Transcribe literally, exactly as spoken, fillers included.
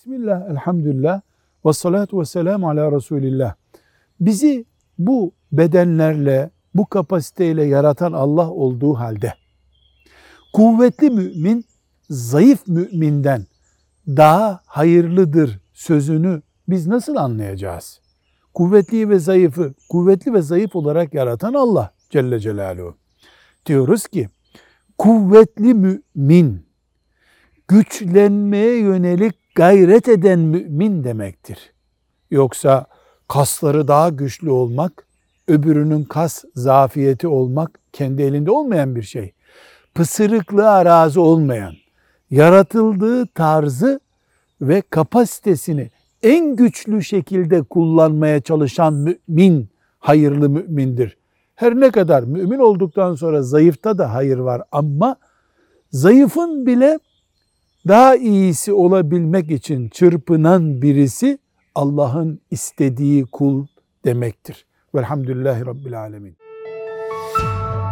Bismillah, elhamdülillah, ve salatu ve selamu ala Resulillah. Bizi bu bedenlerle, bu kapasiteyle yaratan Allah olduğu halde, kuvvetli mümin, zayıf müminden daha hayırlıdır sözünü biz nasıl anlayacağız? Kuvvetli ve zayıfı, kuvvetli ve zayıf olarak yaratan Allah Celle Celaluhu. Diyoruz ki, kuvvetli mümin, güçlenmeye yönelik gayret eden mümin demektir. Yoksa kasları daha güçlü olmak, öbürünün kas zafiyeti olmak kendi elinde olmayan bir şey. Pısırıklığa razı olmayan, yaratıldığı tarzı ve kapasitesini en güçlü şekilde kullanmaya çalışan mümin, hayırlı mümindir. Her ne kadar mümin olduktan sonra zayıfta da hayır var ama zayıfın bile daha iyisi olabilmek için çırpınan birisi Allah'ın istediği kul demektir. Velhamdülillahi Rabbil Alemin.